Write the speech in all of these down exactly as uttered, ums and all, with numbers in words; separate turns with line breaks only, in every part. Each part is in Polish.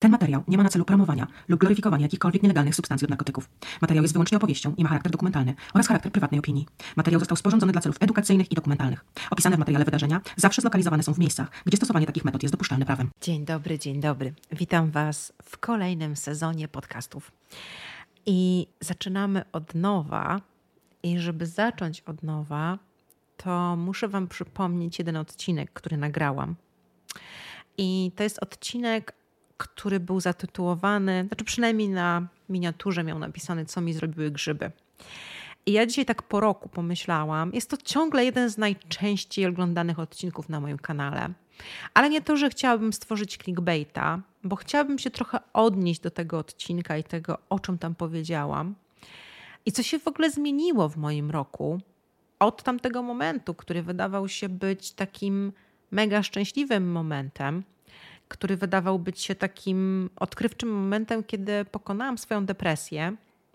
Ten materiał nie ma na celu promowania lub gloryfikowania jakichkolwiek nielegalnych substancji od narkotyków. Materiał jest wyłącznie opowieścią i ma charakter dokumentalny oraz charakter prywatnej opinii. Materiał został sporządzony dla celów edukacyjnych i dokumentalnych. Opisane w materiale wydarzenia zawsze zlokalizowane są w miejscach, gdzie stosowanie takich metod jest dopuszczalne prawem.
Dzień dobry, dzień dobry. Witam Was w kolejnym sezonie podcastów. I zaczynamy od nowa. I żeby zacząć od nowa, to muszę Wam przypomnieć jeden odcinek, który nagrałam. I to jest odcinek, który był zatytułowany, znaczy przynajmniej na miniaturze miał napisane, co mi zrobiły grzyby. I ja dzisiaj tak po roku pomyślałam, jest to ciągle jeden z najczęściej oglądanych odcinków na moim kanale. Ale nie to, że chciałabym stworzyć clickbaita, bo chciałabym się trochę odnieść do tego odcinka i tego, o czym tam powiedziałam. I co się w ogóle zmieniło w moim roku od tamtego momentu, który wydawał się być takim mega szczęśliwym momentem, który wydawał być się takim odkrywczym momentem, kiedy pokonałam swoją depresję.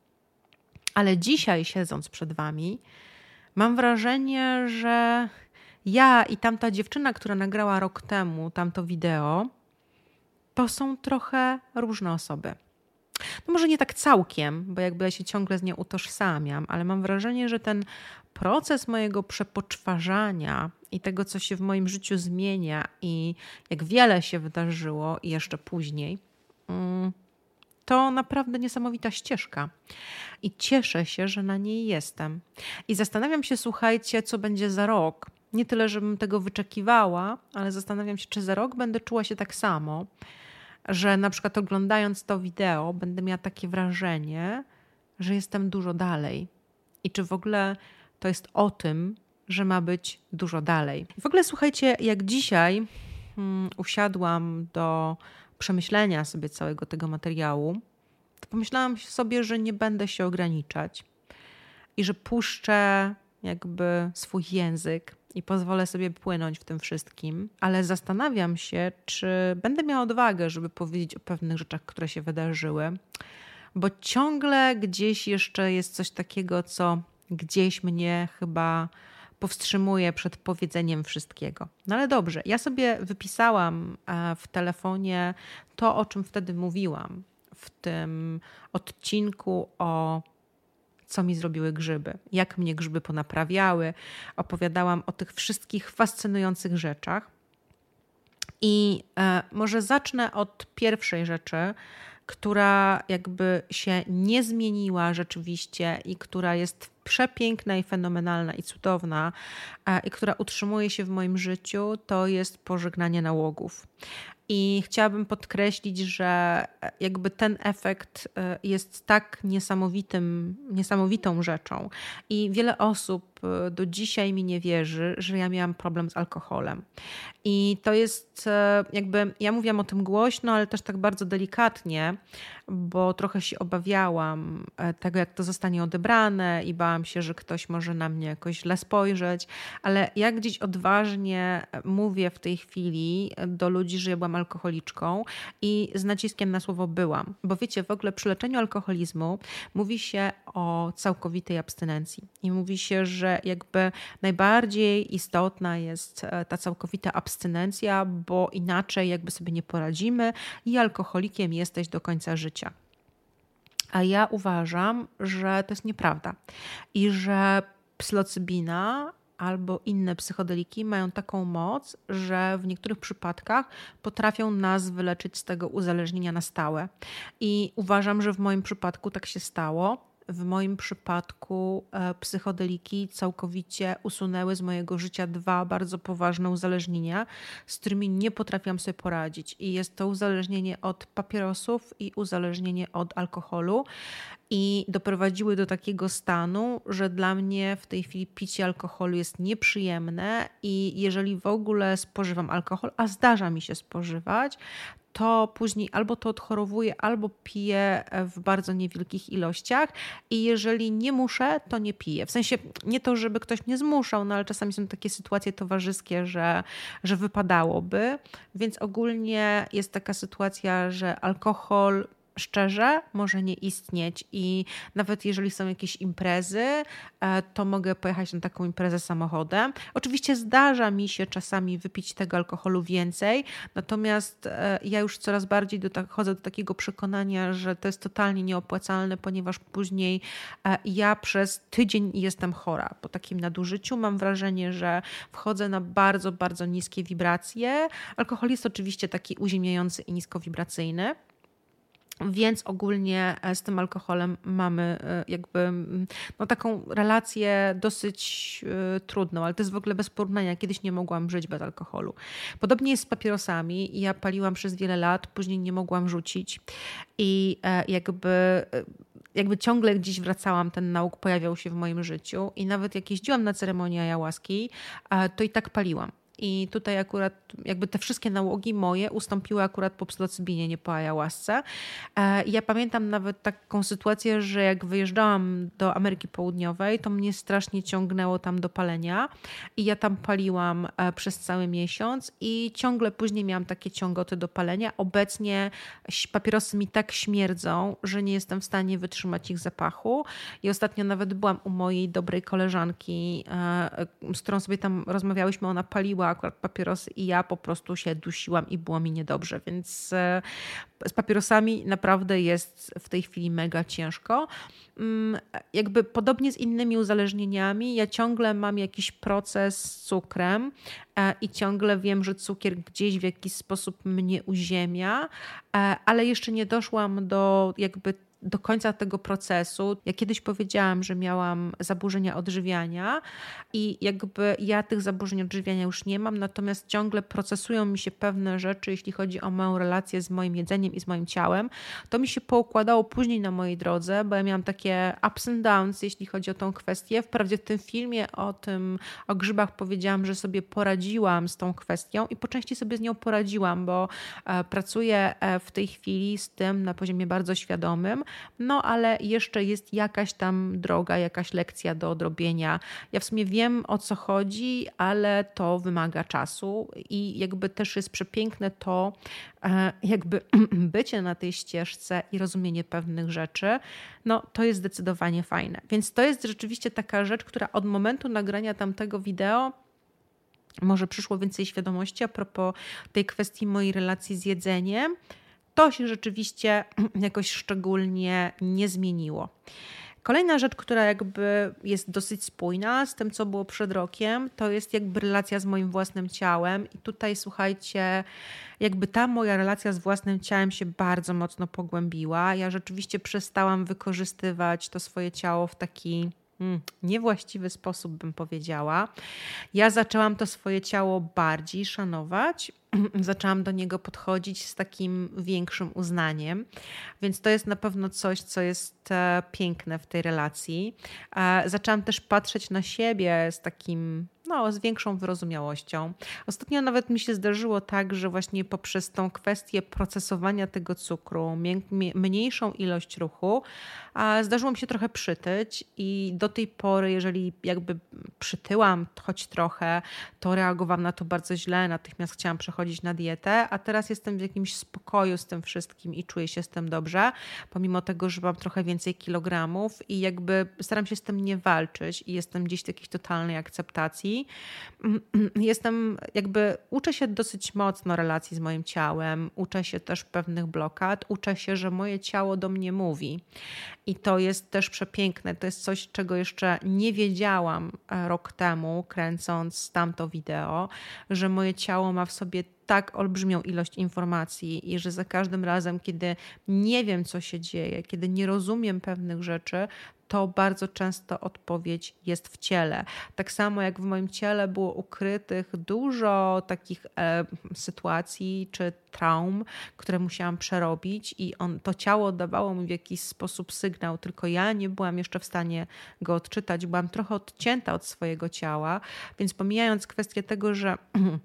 Ale dzisiaj, siedząc przed Wami, mam wrażenie, że ja i tamta dziewczyna, która nagrała rok temu tamto wideo, to są trochę różne osoby. No może nie tak całkiem, bo jakby ja się ciągle z nią utożsamiam, ale mam wrażenie, że ten proces mojego przepoczwarzania i tego, co się w moim życiu zmienia i jak wiele się wydarzyło i jeszcze później, to naprawdę niesamowita ścieżka. I cieszę się, że na niej jestem. I zastanawiam się, słuchajcie, co będzie za rok. Nie tyle, żebym tego wyczekiwała, ale zastanawiam się, czy za rok będę czuła się tak samo, że na przykład oglądając to wideo będę miała takie wrażenie, że jestem dużo dalej. I czy w ogóle to jest o tym, że ma być dużo dalej. I w ogóle słuchajcie, jak dzisiaj um, usiadłam do przemyślenia sobie całego tego materiału, to pomyślałam sobie, że nie będę się ograniczać i że puszczę jakby swój język i pozwolę sobie płynąć w tym wszystkim, ale zastanawiam się, czy będę miała odwagę, żeby powiedzieć o pewnych rzeczach, które się wydarzyły, bo ciągle gdzieś jeszcze jest coś takiego, co gdzieś mnie chyba powstrzymuje przed powiedzeniem wszystkiego. No ale dobrze, ja sobie wypisałam w telefonie to, o czym wtedy mówiłam w tym odcinku o co mi zrobiły grzyby, jak mnie grzyby ponaprawiały. Opowiadałam o tych wszystkich fascynujących rzeczach. I e, może zacznę od pierwszej rzeczy, która jakby się nie zmieniła rzeczywiście i która jest przepiękna i fenomenalna i cudowna e, i która utrzymuje się w moim życiu, to jest pożegnanie nałogów. I chciałabym podkreślić, że jakby ten efekt jest tak niesamowitym, niesamowitą rzeczą. I wiele osób do dzisiaj mi nie wierzy, że ja miałam problem z alkoholem. I to jest jakby, ja mówiłam o tym głośno, ale też tak bardzo delikatnie, bo trochę się obawiałam tego, jak to zostanie odebrane i bałam się, że ktoś może na mnie jakoś źle spojrzeć. Ale ja gdzieś odważnie mówię w tej chwili do ludzi, że ja byłam alkoholiczką i z naciskiem na słowo byłam. Bo wiecie, w ogóle przy leczeniu alkoholizmu mówi się o całkowitej abstynencji. I mówi się, że jakby najbardziej istotna jest ta całkowita abstynencja, bo inaczej jakby sobie nie poradzimy i alkoholikiem jesteś do końca życia. A ja uważam, że to jest nieprawda i że psylocybina albo inne psychodeliki mają taką moc, że w niektórych przypadkach potrafią nas wyleczyć z tego uzależnienia na stałe. I uważam, że w moim przypadku tak się stało. W moim przypadku e, psychodeliki całkowicie usunęły z mojego życia dwa bardzo poważne uzależnienia, z którymi nie potrafiłam sobie poradzić. I jest to uzależnienie od papierosów i uzależnienie od alkoholu. I doprowadziły do takiego stanu, że dla mnie w tej chwili picie alkoholu jest nieprzyjemne i jeżeli w ogóle spożywam alkohol, a zdarza mi się spożywać, to później albo to odchorowuję, albo piję w bardzo niewielkich ilościach i jeżeli nie muszę, to nie piję. W sensie nie to, żeby ktoś mnie zmuszał, no ale czasami są takie sytuacje towarzyskie, że, że wypadałoby, więc ogólnie jest taka sytuacja, że alkohol szczerze może nie istnieć i nawet jeżeli są jakieś imprezy, to mogę pojechać na taką imprezę samochodem. Oczywiście zdarza mi się czasami wypić tego alkoholu więcej, natomiast ja już coraz bardziej do, chodzę do takiego przekonania, że to jest totalnie nieopłacalne, ponieważ później ja przez tydzień jestem chora po takim nadużyciu. Mam wrażenie, że wchodzę na bardzo, bardzo niskie wibracje. Alkohol jest oczywiście taki uziemiający i niskowibracyjny. Więc ogólnie z tym alkoholem mamy jakby no, taką relację dosyć trudną, ale to jest w ogóle bez porównania. Kiedyś nie mogłam żyć bez alkoholu. Podobnie jest z papierosami. Ja paliłam przez wiele lat, później nie mogłam rzucić i jakby... jakby ciągle gdzieś wracałam, ten nauk pojawiał się w moim życiu i nawet jak jeździłam na ceremonię ayahuaski, to i tak paliłam. I tutaj akurat jakby te wszystkie nałogi moje ustąpiły akurat po psylocybinie, nie po ayahuasce. Ja pamiętam nawet taką sytuację, że jak wyjeżdżałam do Ameryki Południowej, to mnie strasznie ciągnęło tam do palenia i ja tam paliłam przez cały miesiąc i ciągle później miałam takie ciągoty do palenia. Obecnie papierosy mi tak śmierdzą, że nie jestem w stanie wytrzymać ich zapachu i ostatnio nawet byłam u mojej dobrej koleżanki, z którą sobie tam rozmawiałyśmy, ona paliła akurat papierosy i ja po prostu się dusiłam i było mi niedobrze, więc z papierosami naprawdę jest w tej chwili mega ciężko. Jakby podobnie z innymi uzależnieniami, ja ciągle mam jakiś proces z cukrem i ciągle wiem, że cukier gdzieś w jakiś sposób mnie uziemia, ale jeszcze nie doszłam do jakby do końca tego procesu. Ja kiedyś powiedziałam, że miałam zaburzenia odżywiania i jakby ja tych zaburzeń odżywiania już nie mam, natomiast ciągle procesują mi się pewne rzeczy, jeśli chodzi o moją relację z moim jedzeniem i z moim ciałem. To mi się poukładało później na mojej drodze, bo ja miałam takie ups and downs, jeśli chodzi o tą kwestię. Wprawdzie w tym filmie o tym, o grzybach powiedziałam, że sobie poradziłam z tą kwestią i po części sobie z nią poradziłam, bo pracuję w tej chwili z tym na poziomie bardzo świadomym. No ale jeszcze jest jakaś tam droga, jakaś lekcja do odrobienia. Ja w sumie wiem, o co chodzi, ale to wymaga czasu i jakby też jest przepiękne to jakby bycie na tej ścieżce i rozumienie pewnych rzeczy, no to jest zdecydowanie fajne. Więc to jest rzeczywiście taka rzecz, która od momentu nagrania tamtego wideo może przyszło więcej świadomości a propos tej kwestii mojej relacji z jedzeniem. To się rzeczywiście jakoś szczególnie nie zmieniło. Kolejna rzecz, która jakby jest dosyć spójna z tym, co było przed rokiem, to jest jakby relacja z moim własnym ciałem. I tutaj słuchajcie, jakby ta moja relacja z własnym ciałem się bardzo mocno pogłębiła. Ja rzeczywiście przestałam wykorzystywać to swoje ciało w taki Hmm, niewłaściwy sposób, bym powiedziała. Ja zaczęłam to swoje ciało bardziej szanować, zaczęłam do niego podchodzić z takim większym uznaniem, więc to jest na pewno coś, co jest piękne w tej relacji. Zaczęłam też patrzeć na siebie z takim no, z większą wyrozumiałością. Ostatnio nawet mi się zdarzyło tak, że właśnie poprzez tą kwestię procesowania tego cukru, mniejszą ilość ruchu, zdarzyło mi się trochę przytyć i do tej pory, jeżeli jakby przytyłam choć trochę, to reagowałam na to bardzo źle, natychmiast chciałam przechodzić na dietę, a teraz jestem w jakimś spokoju z tym wszystkim i czuję się z tym dobrze, pomimo tego, że mam trochę więcej kilogramów i jakby staram się z tym nie walczyć i jestem gdzieś w jakiejś totalnej akceptacji. Jestem jakby, uczę się dosyć mocno relacji z moim ciałem, uczę się też pewnych blokad, uczę się, że moje ciało do mnie mówi i to jest też przepiękne, to jest coś, czego jeszcze nie wiedziałam rok temu, kręcąc tamto wideo, że moje ciało ma w sobie tak olbrzymią ilość informacji i że za każdym razem, kiedy nie wiem, co się dzieje, kiedy nie rozumiem pewnych rzeczy, to bardzo często odpowiedź jest w ciele. Tak samo jak w moim ciele było ukrytych dużo takich e, sytuacji czy traum, które musiałam przerobić i on, to ciało dawało mi w jakiś sposób sygnał, tylko ja nie byłam jeszcze w stanie go odczytać, byłam trochę odcięta od swojego ciała, więc pomijając kwestię tego, że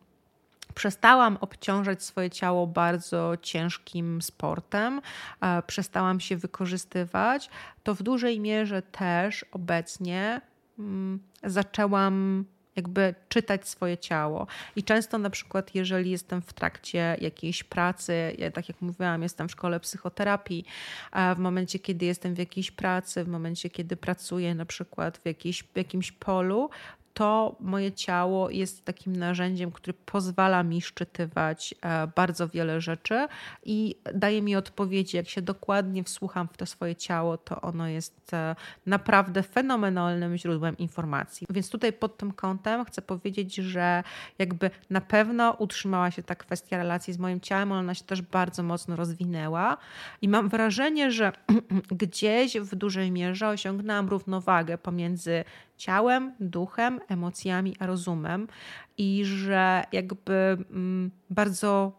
przestałam obciążać swoje ciało bardzo ciężkim sportem, przestałam się wykorzystywać, to w dużej mierze też obecnie zaczęłam jakby czytać swoje ciało. I często na przykład, jeżeli jestem w trakcie jakiejś pracy, ja tak jak mówiłam, jestem w szkole psychoterapii, a w momencie, kiedy jestem w jakiejś pracy, w momencie, kiedy pracuję na przykład w, jakiejś, w jakimś polu, to moje ciało jest takim narzędziem, które pozwala mi szczytywać bardzo wiele rzeczy i daje mi odpowiedzi. Jak się dokładnie wsłucham w to swoje ciało, to ono jest naprawdę fenomenalnym źródłem informacji. Więc tutaj pod tym kątem chcę powiedzieć, że jakby na pewno utrzymała się ta kwestia relacji z moim ciałem, ale ona się też bardzo mocno rozwinęła i mam wrażenie, że gdzieś w dużej mierze osiągnęłam równowagę pomiędzy ciałem, duchem, emocjami a rozumem i że jakby mm, bardzo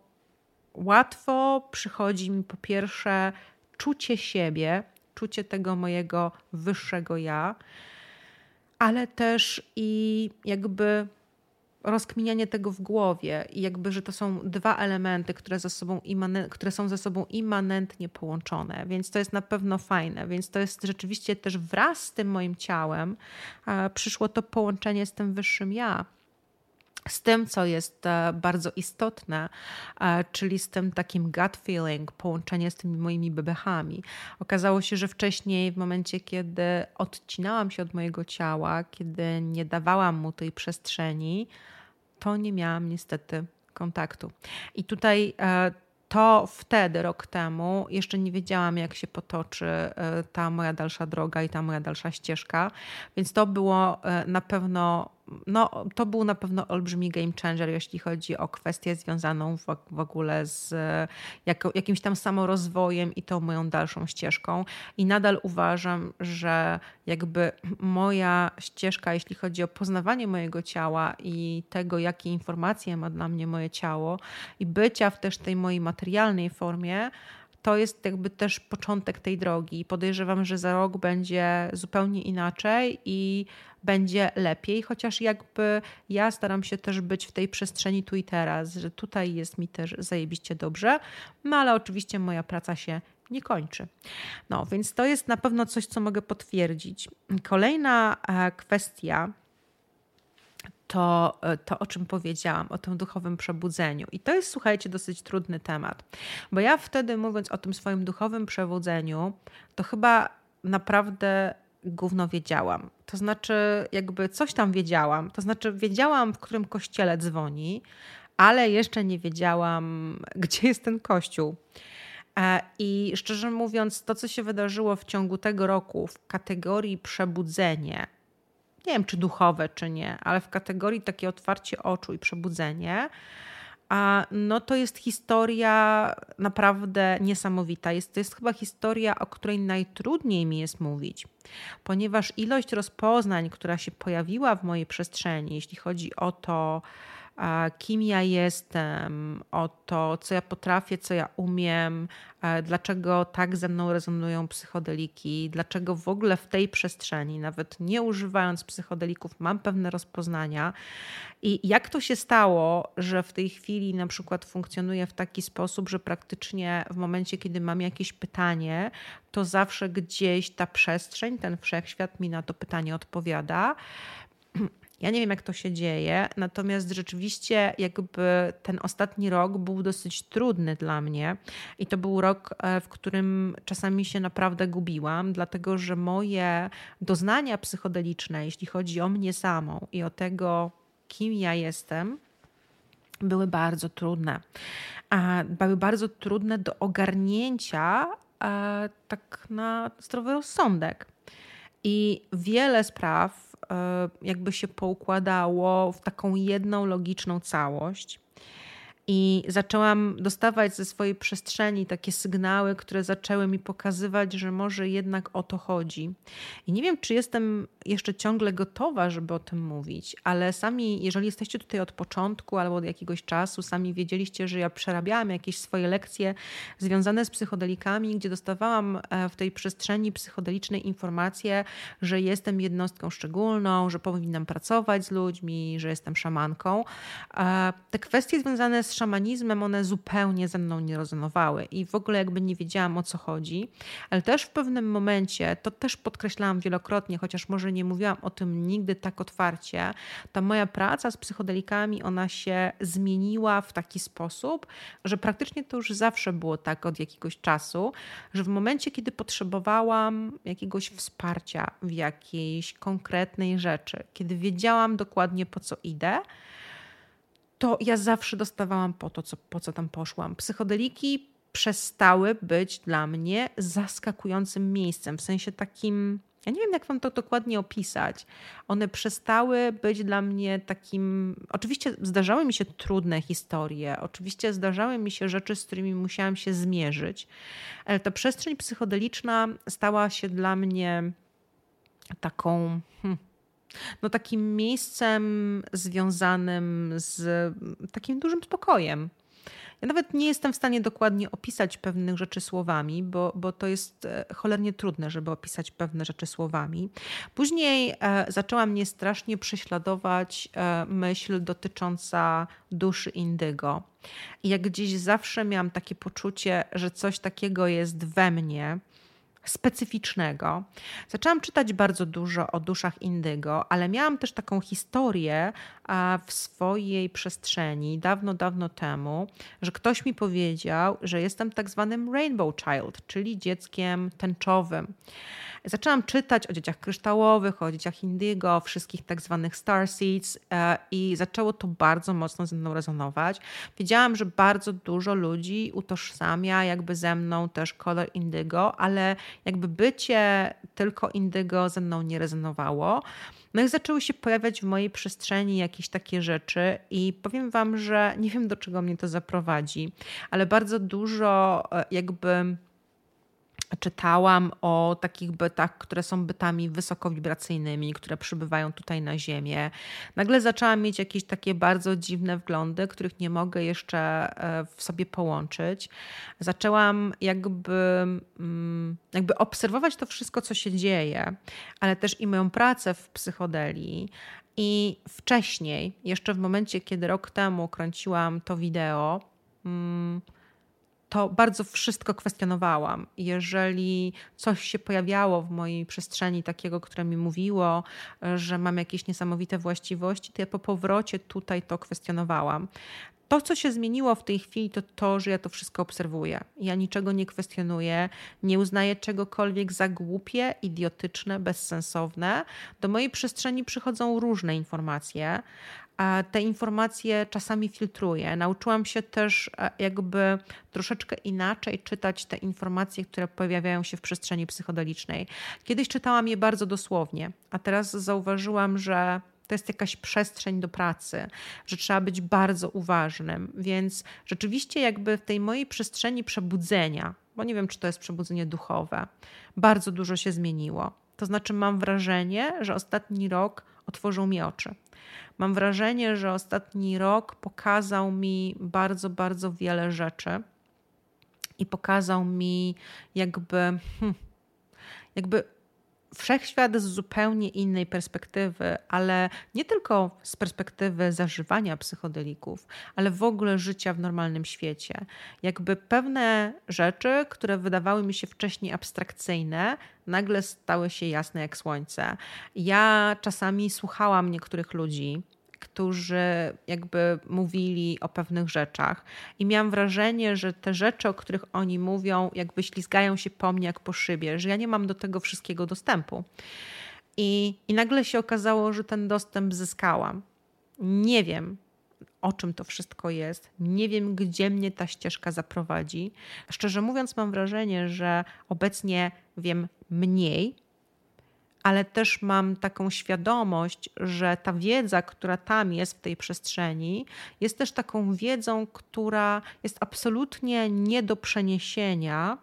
łatwo przychodzi mi po pierwsze czucie siebie, czucie tego mojego wyższego ja, ale też i jakby rozkminianie tego w głowie i jakby, że to są dwa elementy, które, ze sobą immanen- które są ze sobą immanentnie połączone, więc to jest na pewno fajne, więc to jest rzeczywiście też wraz z tym moim ciałem e, przyszło to połączenie z tym wyższym ja, z tym, co jest bardzo istotne, czyli z tym takim gut feeling, połączenie z tymi moimi bebechami. Okazało się, że wcześniej w momencie, kiedy odcinałam się od mojego ciała, kiedy nie dawałam mu tej przestrzeni, to nie miałam niestety kontaktu. I tutaj to wtedy, rok temu, jeszcze nie wiedziałam, jak się potoczy ta moja dalsza droga i ta moja dalsza ścieżka, więc to było na pewno, no to był na pewno olbrzymi game changer, jeśli chodzi o kwestię związaną w, w ogóle z jako, jakimś tam samorozwojem i tą moją dalszą ścieżką. I nadal uważam, że jakby moja ścieżka, jeśli chodzi o poznawanie mojego ciała i tego, jakie informacje ma dla mnie moje ciało i bycia w też tej mojej materialnej formie, to jest jakby też początek tej drogi. Podejrzewam, że za rok będzie zupełnie inaczej i będzie lepiej, chociaż jakby ja staram się też być w tej przestrzeni tu i teraz, że tutaj jest mi też zajebiście dobrze, no ale oczywiście moja praca się nie kończy. No więc to jest na pewno coś, co mogę potwierdzić. Kolejna kwestia to, to, o czym powiedziałam, o tym duchowym przebudzeniu. I to jest, słuchajcie, dosyć trudny temat, bo ja wtedy, mówiąc o tym swoim duchowym przebudzeniu, to chyba naprawdę gówno wiedziałam. To znaczy, jakby coś tam wiedziałam, to znaczy wiedziałam, w którym kościele dzwoni, ale jeszcze nie wiedziałam, gdzie jest ten kościół. I szczerze mówiąc, to, co się wydarzyło w ciągu tego roku w kategorii przebudzenie, nie wiem, czy duchowe, czy nie, ale w kategorii takie otwarcie oczu i przebudzenie, a no to jest historia naprawdę niesamowita. Jest, to jest chyba historia, o której najtrudniej mi jest mówić, ponieważ ilość rozpoznań, która się pojawiła w mojej przestrzeni, jeśli chodzi o to, kim ja jestem, o to, co ja potrafię, co ja umiem, dlaczego tak ze mną rezonują psychodeliki, dlaczego w ogóle w tej przestrzeni, nawet nie używając psychodelików, mam pewne rozpoznania i jak to się stało, że w tej chwili na przykład funkcjonuję w taki sposób, że praktycznie w momencie, kiedy mam jakieś pytanie, to zawsze gdzieś ta przestrzeń, ten wszechświat mi na to pytanie odpowiada. Ja nie wiem, jak to się dzieje, natomiast rzeczywiście jakby ten ostatni rok był dosyć trudny dla mnie i to był rok, w którym czasami się naprawdę gubiłam, dlatego że moje doznania psychodeliczne, jeśli chodzi o mnie samą i o tego, kim ja jestem, były bardzo trudne. Były bardzo trudne do ogarnięcia tak na zdrowy rozsądek. I wiele spraw jakby się poukładało w taką jedną logiczną całość. I zaczęłam dostawać ze swojej przestrzeni takie sygnały, które zaczęły mi pokazywać, że może jednak o to chodzi. I nie wiem, czy jestem jeszcze ciągle gotowa, żeby o tym mówić, ale sami, jeżeli jesteście tutaj od początku albo od jakiegoś czasu, sami wiedzieliście, że ja przerabiałam jakieś swoje lekcje związane z psychodelikami, gdzie dostawałam w tej przestrzeni psychodelicznej informacje, że jestem jednostką szczególną, że powinnam pracować z ludźmi, że jestem szamanką. Te kwestie związane z szamanizmem, one zupełnie ze mną nie rezonowały i w ogóle jakby nie wiedziałam, o co chodzi, ale też w pewnym momencie, to też podkreślałam wielokrotnie, chociaż może nie mówiłam o tym nigdy tak otwarcie, ta moja praca z psychodelikami, ona się zmieniła w taki sposób, że praktycznie to już zawsze było tak od jakiegoś czasu, że w momencie, kiedy potrzebowałam jakiegoś wsparcia w jakiejś konkretnej rzeczy, kiedy wiedziałam dokładnie, po co idę, to ja zawsze dostawałam po to, co, po co tam poszłam. Psychodeliki przestały być dla mnie zaskakującym miejscem, w sensie takim, ja nie wiem, jak wam to dokładnie opisać. One przestały być dla mnie takim, oczywiście zdarzały mi się trudne historie, oczywiście zdarzały mi się rzeczy, z którymi musiałam się zmierzyć, ale ta przestrzeń psychodeliczna stała się dla mnie taką... Hmm, no takim miejscem związanym z takim dużym spokojem. Ja nawet nie jestem w stanie dokładnie opisać pewnych rzeczy słowami, bo, bo to jest cholernie trudne, żeby opisać pewne rzeczy słowami. Później e, zaczęła mnie strasznie prześladować e, myśl dotycząca duszy indygo. I jak gdzieś zawsze miałam takie poczucie, że coś takiego jest we mnie, specyficznego. Zaczęłam czytać bardzo dużo o duszach indygo, ale miałam też taką historię w swojej przestrzeni dawno, dawno temu, że ktoś mi powiedział, że jestem tak zwanym rainbow child, czyli dzieckiem tęczowym. Zaczęłam czytać o dzieciach kryształowych, o dzieciach indygo, o wszystkich tak zwanych starseeds i zaczęło to bardzo mocno ze mną rezonować. Wiedziałam, że bardzo dużo ludzi utożsamia jakby ze mną też kolor indygo, ale jakby bycie tylko indygo ze mną nie rezonowało. No i zaczęły się pojawiać w mojej przestrzeni jakieś takie rzeczy i powiem wam, że nie wiem, do czego mnie to zaprowadzi, ale bardzo dużo jakby czytałam o takich bytach, które są bytami wysokowibracyjnymi, które przybywają tutaj na Ziemię. Nagle zaczęłam mieć jakieś takie bardzo dziwne wglądy, których nie mogę jeszcze w sobie połączyć. Zaczęłam jakby, jakby obserwować to wszystko, co się dzieje, ale też i moją pracę w psychodelii. I wcześniej, jeszcze w momencie, kiedy rok temu kręciłam to wideo, to bardzo wszystko kwestionowałam. Jeżeli coś się pojawiało w mojej przestrzeni takiego, które mi mówiło, że mam jakieś niesamowite właściwości, to ja po powrocie tutaj to kwestionowałam. To, co się zmieniło w tej chwili, to to, że ja to wszystko obserwuję. Ja niczego nie kwestionuję, nie uznaję czegokolwiek za głupie, idiotyczne, bezsensowne. Do mojej przestrzeni przychodzą różne informacje, a te informacje czasami filtruję. Nauczyłam się też jakby troszeczkę inaczej czytać te informacje, które pojawiają się w przestrzeni psychodelicznej. Kiedyś czytałam je bardzo dosłownie, a teraz zauważyłam, że to jest jakaś przestrzeń do pracy, że trzeba być bardzo uważnym. Więc rzeczywiście jakby w tej mojej przestrzeni przebudzenia, bo nie wiem, czy to jest przebudzenie duchowe, bardzo dużo się zmieniło. To znaczy mam wrażenie, że ostatni rok otworzył mi oczy. Mam wrażenie, że ostatni rok pokazał mi bardzo, bardzo wiele rzeczy i pokazał mi jakby, hmm, jakby wszechświat z zupełnie innej perspektywy, ale nie tylko z perspektywy zażywania psychodelików, ale w ogóle życia w normalnym świecie. Jakby pewne rzeczy, które wydawały mi się wcześniej abstrakcyjne, nagle stały się jasne jak słońce. Ja czasami słuchałam niektórych ludzi, którzy jakby mówili o pewnych rzeczach i miałam wrażenie, że te rzeczy, o których oni mówią, jakby ślizgają się po mnie jak po szybie, że ja nie mam do tego wszystkiego dostępu. I, i nagle się okazało, że ten dostęp zyskałam. Nie wiem, o czym to wszystko jest. Nie wiem, gdzie mnie ta ścieżka zaprowadzi. Szczerze mówiąc, mam wrażenie, że obecnie wiem mniej, ale też mam taką świadomość, że ta wiedza, która tam jest w tej przestrzeni, jest też taką wiedzą, która jest absolutnie nie do przeniesienia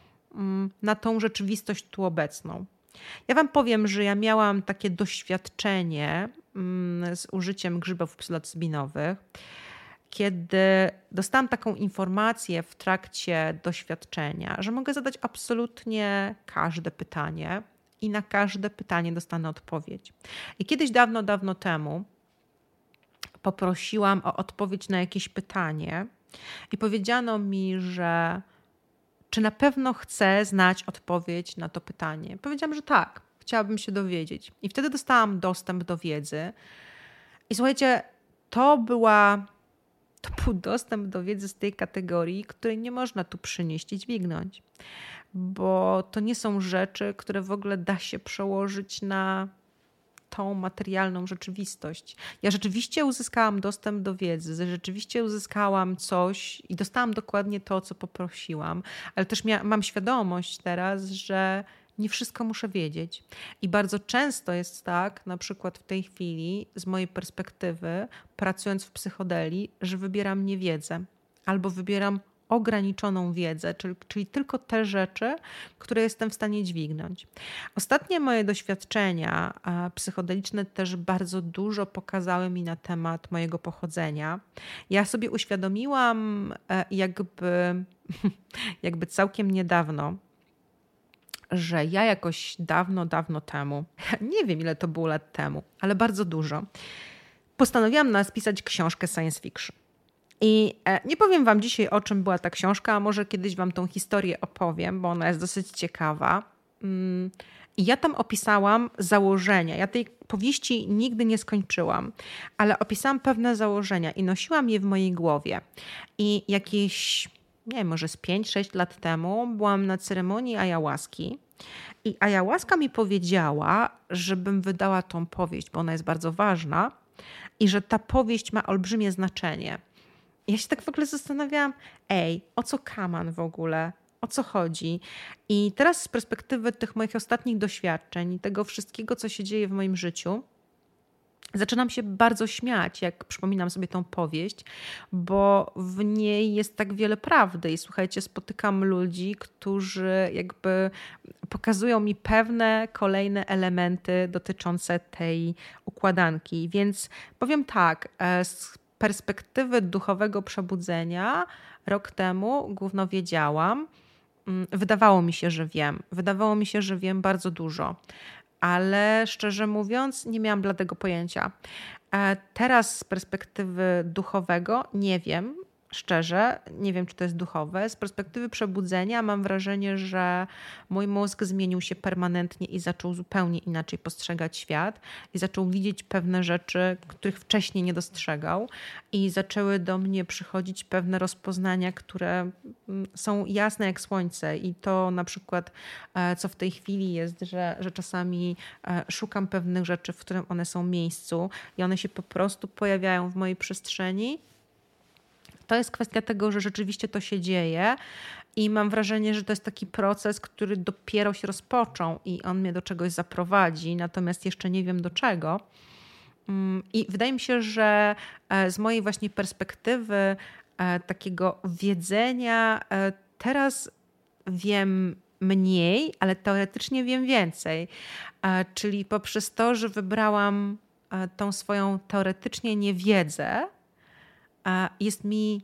na tą rzeczywistość tu obecną. Ja wam powiem, że ja miałam takie doświadczenie z użyciem grzybów psylocybinowych, kiedy dostałam taką informację w trakcie doświadczenia, że mogę zadać absolutnie każde pytanie, i na każde pytanie dostanę odpowiedź. I kiedyś dawno, dawno temu poprosiłam o odpowiedź na jakieś pytanie i powiedziano mi, że czy na pewno chcę znać odpowiedź na to pytanie. Powiedziałam, że tak, chciałabym się dowiedzieć. I wtedy dostałam dostęp do wiedzy. I słuchajcie, to była, to był dostęp do wiedzy z tej kategorii, której nie można tu przynieść i dźwignąć. Bo to nie są rzeczy, które w ogóle da się przełożyć na tą materialną rzeczywistość. Ja rzeczywiście uzyskałam dostęp do wiedzy, rzeczywiście uzyskałam coś i dostałam dokładnie to, o co poprosiłam, ale też mia- mam świadomość teraz, że nie wszystko muszę wiedzieć. I bardzo często jest tak, na przykład w tej chwili, z mojej perspektywy, pracując w psychodelii, że wybieram niewiedzę albo wybieram ograniczoną wiedzę, czyli, czyli tylko te rzeczy, które jestem w stanie dźwignąć. Ostatnie moje doświadczenia psychodeliczne też bardzo dużo pokazały mi na temat mojego pochodzenia. Ja sobie uświadomiłam jakby, jakby całkiem niedawno, że ja jakoś dawno, dawno temu, nie wiem ile to było lat temu, ale bardzo dużo, postanowiłam napisać książkę science fiction. I nie powiem wam dzisiaj, o czym była ta książka, a może kiedyś wam tą historię opowiem, bo ona jest dosyć ciekawa. I ja tam opisałam założenia. Ja tej powieści nigdy nie skończyłam, ale opisałam pewne założenia i nosiłam je w mojej głowie. I jakieś, nie wiem, może z pięć sześć lat temu byłam na ceremonii ayahuaski i ayahuaska mi powiedziała, żebym wydała tą powieść, bo ona jest bardzo ważna i że ta powieść ma olbrzymie znaczenie. Ja się tak w ogóle zastanawiałam, ej, o co kaman w ogóle? O co chodzi? I teraz z perspektywy tych moich ostatnich doświadczeń i tego wszystkiego, co się dzieje w moim życiu, zaczynam się bardzo śmiać, jak przypominam sobie tą powieść, bo w niej jest tak wiele prawdy. I słuchajcie, spotykam ludzi, którzy jakby pokazują mi pewne kolejne elementy dotyczące tej układanki. Więc powiem tak, z perspektywy duchowego przebudzenia rok temu gówno wiedziałam. Wydawało mi się, że wiem. Wydawało mi się, że wiem bardzo dużo. Ale szczerze mówiąc nie miałam bladego pojęcia. Teraz z perspektywy duchowego nie wiem, szczerze, nie wiem, czy to jest duchowe. Z perspektywy przebudzenia mam wrażenie, że mój mózg zmienił się permanentnie i zaczął zupełnie inaczej postrzegać świat i zaczął widzieć pewne rzeczy, których wcześniej nie dostrzegał i zaczęły do mnie przychodzić pewne rozpoznania, które są jasne jak słońce i to na przykład, co w tej chwili jest, że, że czasami szukam pewnych rzeczy, w którym one są w miejscu i one się po prostu pojawiają w mojej przestrzeni. To jest kwestia tego, że rzeczywiście to się dzieje i mam wrażenie, że to jest taki proces, który dopiero się rozpoczął i on mnie do czegoś zaprowadzi, natomiast jeszcze nie wiem do czego. I wydaje mi się, że z mojej właśnie perspektywy takiego wiedzenia teraz wiem mniej, ale teoretycznie wiem więcej. Czyli poprzez to, że wybrałam tą swoją teoretycznie niewiedzę, jest mi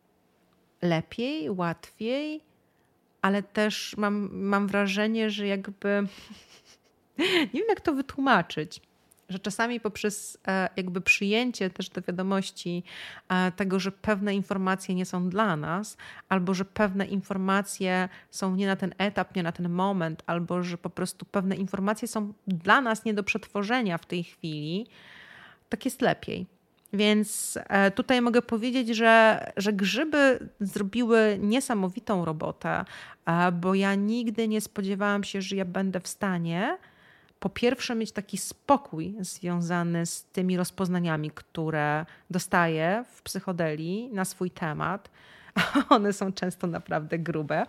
lepiej, łatwiej, ale też mam, mam wrażenie, że jakby nie wiem, jak to wytłumaczyć, że czasami poprzez jakby przyjęcie też do wiadomości tego, że pewne informacje nie są dla nas, albo że pewne informacje są nie na ten etap, nie na ten moment, albo że po prostu pewne informacje są dla nas nie do przetworzenia w tej chwili, tak jest lepiej. Więc tutaj mogę powiedzieć, że, że grzyby zrobiły niesamowitą robotę, bo ja nigdy nie spodziewałam się, że ja będę w stanie po pierwsze mieć taki spokój związany z tymi rozpoznaniami, które dostaję w psychodelii na swój temat. One są często naprawdę grube.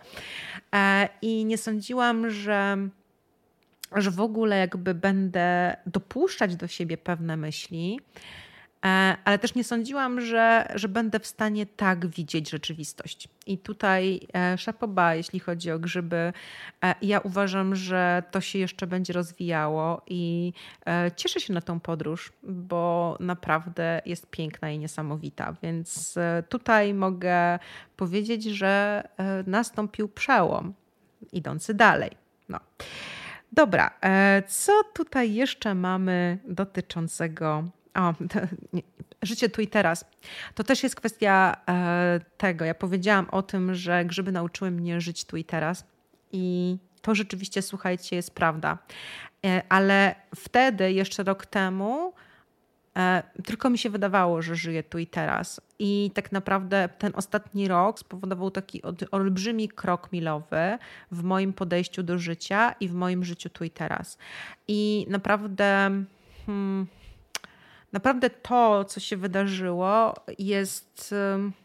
I nie sądziłam, że, że w ogóle jakby będę dopuszczać do siebie pewne myśli, ale też nie sądziłam, że, że będę w stanie tak widzieć rzeczywistość. I tutaj szapoba, jeśli chodzi o grzyby. Ja uważam, że to się jeszcze będzie rozwijało i cieszę się na tą podróż, bo naprawdę jest piękna i niesamowita. Więc tutaj mogę powiedzieć, że nastąpił przełom idący dalej. No. Dobra, co tutaj jeszcze mamy dotyczącego... O, życie tu i teraz. To też jest kwestia e, tego. Ja powiedziałam o tym, że grzyby nauczyły mnie żyć tu i teraz. I to rzeczywiście, słuchajcie, jest prawda. E, ale wtedy, jeszcze rok temu, e, tylko mi się wydawało, że żyję tu i teraz. I tak naprawdę ten ostatni rok spowodował taki od, olbrzymi krok milowy w moim podejściu do życia i w moim życiu tu i teraz. I naprawdę... Hmm, Naprawdę to, co się wydarzyło, jest...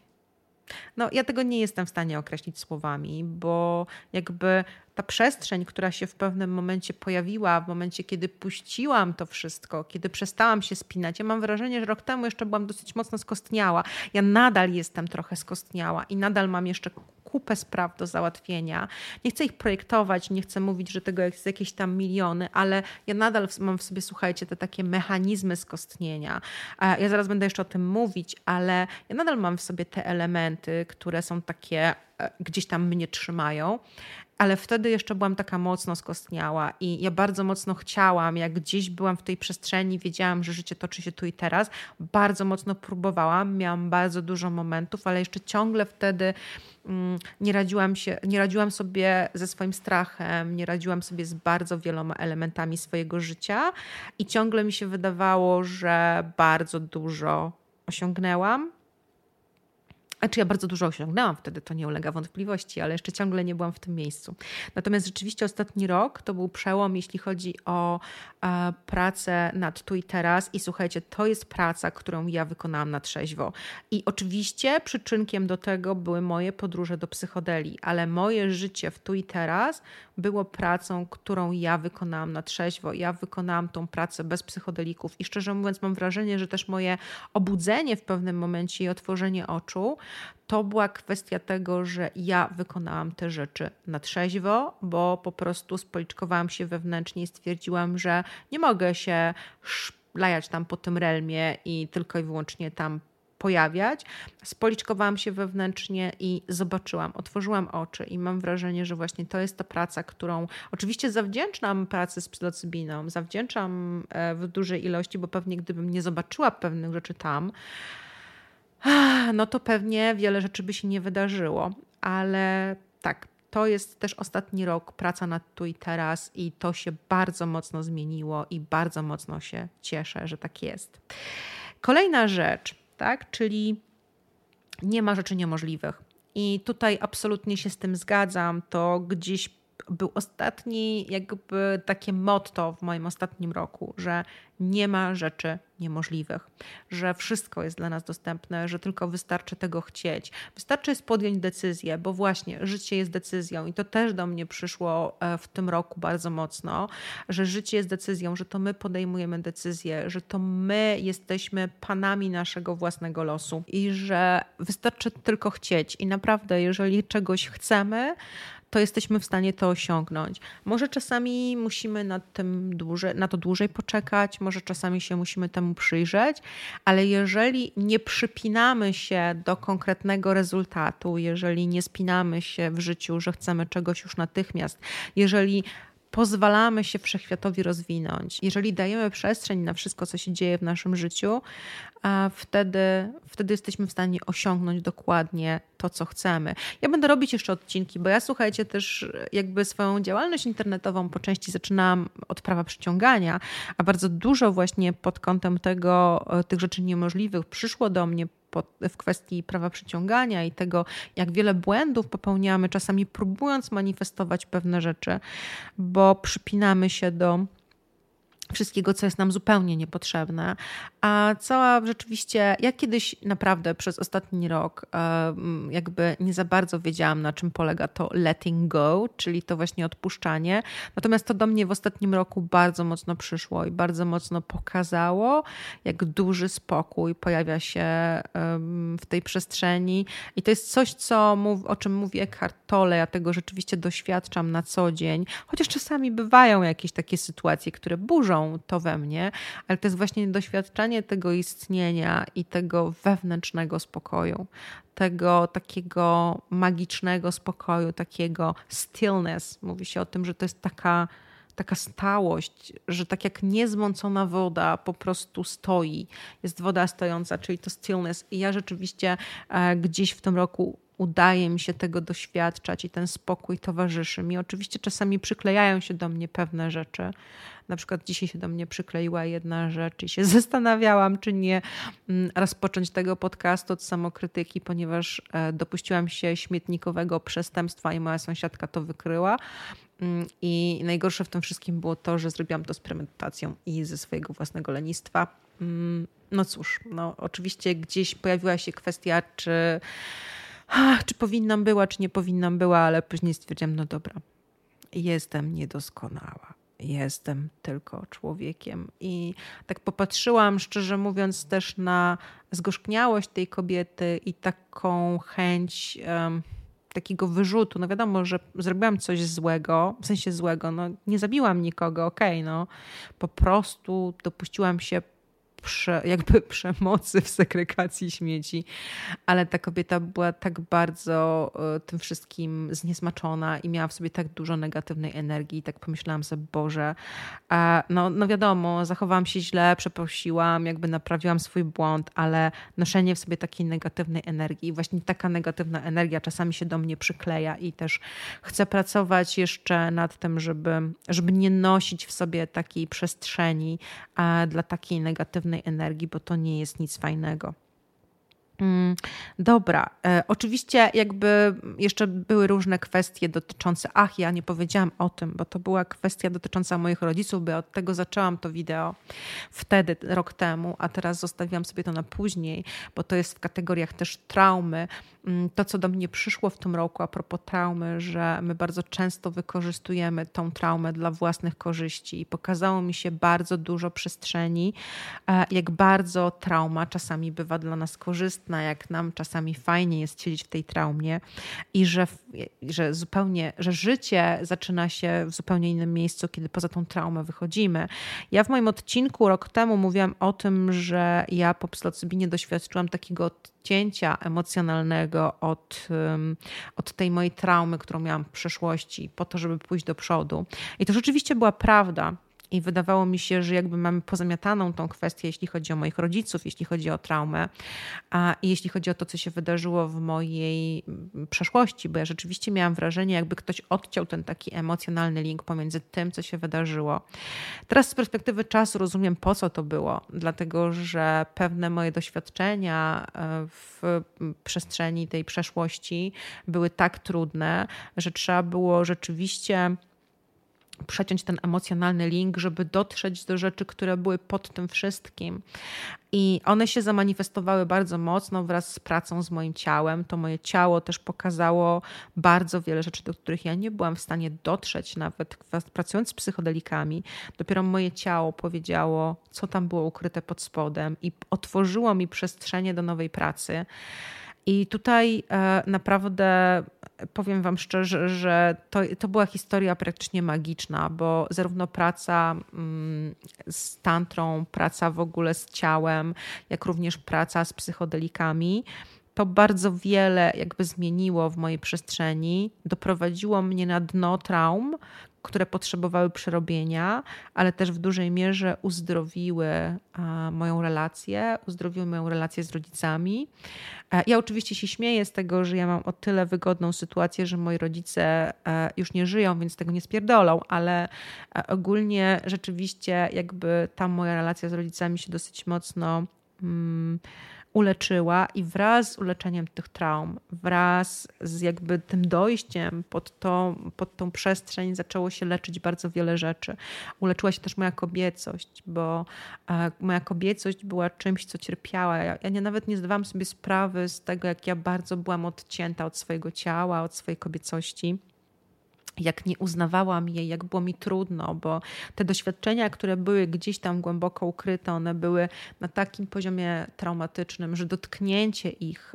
No, ja tego nie jestem w stanie określić słowami, bo jakby ta przestrzeń, która się w pewnym momencie pojawiła, w momencie, kiedy puściłam to wszystko, kiedy przestałam się spinać, ja mam wrażenie, że rok temu jeszcze byłam dosyć mocno skostniała. Ja nadal jestem trochę skostniała i nadal mam jeszcze kupę spraw do załatwienia. Nie chcę ich projektować, nie chcę mówić, że tego jest jakieś tam miliony, ale ja nadal mam w sobie, słuchajcie, te takie mechanizmy skostnienia. Ja zaraz będę jeszcze o tym mówić, ale ja nadal mam w sobie te elementy, które są takie, gdzieś tam mnie trzymają. Ale wtedy jeszcze byłam taka mocno skostniała i ja bardzo mocno chciałam, jak gdzieś byłam w tej przestrzeni, wiedziałam, że życie toczy się tu i teraz, bardzo mocno próbowałam, miałam bardzo dużo momentów, ale jeszcze ciągle wtedy mm, nie radziłam się, nie radziłam sobie ze swoim strachem, nie radziłam sobie z bardzo wieloma elementami swojego życia i ciągle mi się wydawało, że bardzo dużo osiągnęłam. Znaczy ja bardzo dużo osiągnęłam wtedy, to nie ulega wątpliwości, ale jeszcze ciągle nie byłam w tym miejscu. Natomiast rzeczywiście ostatni rok to był przełom, jeśli chodzi o e, pracę nad tu i teraz i słuchajcie, to jest praca, którą ja wykonałam na trzeźwo. I oczywiście przyczynkiem do tego były moje podróże do psychodeli, ale moje życie w tu i teraz było pracą, którą ja wykonałam na trzeźwo. Ja wykonałam tą pracę bez psychodelików i szczerze mówiąc mam wrażenie, że też moje obudzenie w pewnym momencie i otworzenie oczu to była kwestia tego, że ja wykonałam te rzeczy na trzeźwo, bo po prostu spoliczkowałam się wewnętrznie i stwierdziłam, że nie mogę się szlajać tam po tym realmie i tylko i wyłącznie tam pojawiać. Spoliczkowałam się wewnętrznie i zobaczyłam, otworzyłam oczy i mam wrażenie, że właśnie to jest ta praca, którą oczywiście zawdzięczam pracy z psylocybiną, zawdzięczam w dużej ilości, bo pewnie gdybym nie zobaczyła pewnych rzeczy tam, no to pewnie wiele rzeczy by się nie wydarzyło, ale tak, to jest też ostatni rok, praca nad tu i teraz i to się bardzo mocno zmieniło i bardzo mocno się cieszę, że tak jest. Kolejna rzecz, tak, czyli nie ma rzeczy niemożliwych i tutaj absolutnie się z tym zgadzam, to gdzieś był ostatni jakby takie motto w moim ostatnim roku, że nie ma rzeczy niemożliwych, że wszystko jest dla nas dostępne, że tylko wystarczy tego chcieć. Wystarczy jest podjąć decyzję, bo właśnie życie jest decyzją i to też do mnie przyszło w tym roku bardzo mocno, że życie jest decyzją, że to my podejmujemy decyzję, że to my jesteśmy panami naszego własnego losu i że wystarczy tylko chcieć i naprawdę jeżeli czegoś chcemy, to jesteśmy w stanie to osiągnąć. Może czasami musimy nad tym dłużej, na to dłużej poczekać, może czasami się musimy temu przyjrzeć, ale jeżeli nie przypinamy się do konkretnego rezultatu, jeżeli nie spinamy się w życiu, że chcemy czegoś już natychmiast, jeżeli pozwalamy się wszechświatowi rozwinąć, jeżeli dajemy przestrzeń na wszystko, co się dzieje w naszym życiu, a wtedy, wtedy jesteśmy w stanie osiągnąć dokładnie to, co chcemy. Ja będę robić jeszcze odcinki, bo ja słuchajcie też jakby swoją działalność internetową po części zaczynałam od prawa przyciągania, a bardzo dużo właśnie pod kątem tego, tych rzeczy niemożliwych przyszło do mnie w kwestii prawa przyciągania i tego, jak wiele błędów popełniamy, czasami próbując manifestować pewne rzeczy, bo przypinamy się do wszystkiego, co jest nam zupełnie niepotrzebne. A cała rzeczywiście, ja kiedyś naprawdę przez ostatni rok jakby nie za bardzo wiedziałam, na czym polega to letting go, czyli to właśnie odpuszczanie. Natomiast to do mnie w ostatnim roku bardzo mocno przyszło i bardzo mocno pokazało, jak duży spokój pojawia się w tej przestrzeni. I to jest coś, co mów, o czym mówi Eckhart Tolle. Ja tego rzeczywiście doświadczam na co dzień. Chociaż czasami bywają jakieś takie sytuacje, które burzą to we mnie, ale to jest właśnie doświadczenie tego istnienia i tego wewnętrznego spokoju, tego takiego magicznego spokoju, takiego stillness. Mówi się o tym, że to jest taka, taka stałość, że tak jak niezmącona woda po prostu stoi. Jest woda stojąca, czyli to stillness. I ja rzeczywiście e, gdzieś w tym roku udaje mi się tego doświadczać i ten spokój towarzyszy mi. Oczywiście czasami przyklejają się do mnie pewne rzeczy. Na przykład dzisiaj się do mnie przykleiła jedna rzecz i się zastanawiałam, czy nie rozpocząć tego podcastu od samokrytyki, ponieważ dopuściłam się śmietnikowego przestępstwa i moja sąsiadka to wykryła. I najgorsze w tym wszystkim było to, że zrobiłam to z premedytacją i ze swojego własnego lenistwa. No cóż, no oczywiście gdzieś pojawiła się kwestia, czy Ach, czy powinnam była, czy nie powinnam była, ale później stwierdziłam, no dobra, jestem niedoskonała, jestem tylko człowiekiem. I tak popatrzyłam, szczerze mówiąc, też na zgorzkniałość tej kobiety i taką chęć um, takiego wyrzutu. No wiadomo, że zrobiłam coś złego, w sensie złego, no nie zabiłam nikogo, okej, okay, no po prostu dopuściłam się Prze, jakby przemocy w segregacji śmieci, ale ta kobieta była tak bardzo y, tym wszystkim zniesmaczona i miała w sobie tak dużo negatywnej energii i tak pomyślałam sobie, Boże, a, no, no wiadomo, zachowałam się źle, przeprosiłam, jakby naprawiłam swój błąd, ale noszenie w sobie takiej negatywnej energii i właśnie taka negatywna energia czasami się do mnie przykleja i też chcę pracować jeszcze nad tym, żeby, żeby nie nosić w sobie takiej przestrzeni a, dla takiej negatywnej energii, bo to nie jest nic fajnego. Dobra, e, oczywiście jakby jeszcze były różne kwestie dotyczące, ach ja nie powiedziałam o tym, bo to była kwestia dotycząca moich rodziców, bo od tego zaczęłam to wideo wtedy, rok temu, a teraz zostawiłam sobie to na później, bo to jest w kategoriach też traumy. To, co do mnie przyszło w tym roku a propos traumy, że my bardzo często wykorzystujemy tą traumę dla własnych korzyści i pokazało mi się bardzo dużo przestrzeni, jak bardzo trauma czasami bywa dla nas korzystna, jak nam czasami fajnie jest siedzieć w tej traumie i że, że zupełnie, że życie zaczyna się w zupełnie innym miejscu, kiedy poza tą traumę wychodzimy. Ja w moim odcinku rok temu mówiłam o tym, że ja po psylocybinie doświadczyłam takiego odcięcia emocjonalnego od, od tej mojej traumy, którą miałam w przeszłości, po to, żeby pójść do przodu. I to rzeczywiście była prawda. I wydawało mi się, że jakby mamy pozamiataną tą kwestię, jeśli chodzi o moich rodziców, jeśli chodzi o traumę, a jeśli chodzi o to, co się wydarzyło w mojej przeszłości, bo ja rzeczywiście miałam wrażenie, jakby ktoś odciął ten taki emocjonalny link pomiędzy tym, co się wydarzyło. Teraz z perspektywy czasu rozumiem, po co to było, dlatego że pewne moje doświadczenia w przestrzeni tej przeszłości były tak trudne, że trzeba było rzeczywiście przeciąć ten emocjonalny link, żeby dotrzeć do rzeczy, które były pod tym wszystkim. I one się zamanifestowały bardzo mocno wraz z pracą z moim ciałem. To moje ciało też pokazało bardzo wiele rzeczy, do których ja nie byłam w stanie dotrzeć, nawet pracując z psychodelikami. Dopiero moje ciało powiedziało, co tam było ukryte pod spodem i otworzyło mi przestrzenie do nowej pracy. I tutaj e, naprawdę powiem wam szczerze, że to, to była historia praktycznie magiczna, bo zarówno praca mm, z tantrą, praca w ogóle z ciałem, jak również praca z psychodelikami, to bardzo wiele jakby zmieniło w mojej przestrzeni, doprowadziło mnie na dno traum, które potrzebowały przerobienia, ale też w dużej mierze uzdrowiły moją relację, uzdrowiły moją relację z rodzicami. Ja oczywiście się śmieję z tego, że ja mam o tyle wygodną sytuację, że moi rodzice już nie żyją, więc tego nie spierdolą, ale ogólnie rzeczywiście jakby ta moja relacja z rodzicami się dosyć mocno mm, uleczyła i wraz z uleczeniem tych traum, wraz z jakby tym dojściem pod, to, pod tą przestrzeń zaczęło się leczyć bardzo wiele rzeczy. Uleczyła się też moja kobiecość, bo e, moja kobiecość była czymś, co cierpiała. Ja, ja nie, nawet nie zdawałam sobie sprawy z tego, jak ja bardzo byłam odcięta od swojego ciała, od swojej kobiecości. Jak nie uznawałam jej, jak było mi trudno, bo te doświadczenia, które były gdzieś tam głęboko ukryte, one były na takim poziomie traumatycznym, że dotknięcie ich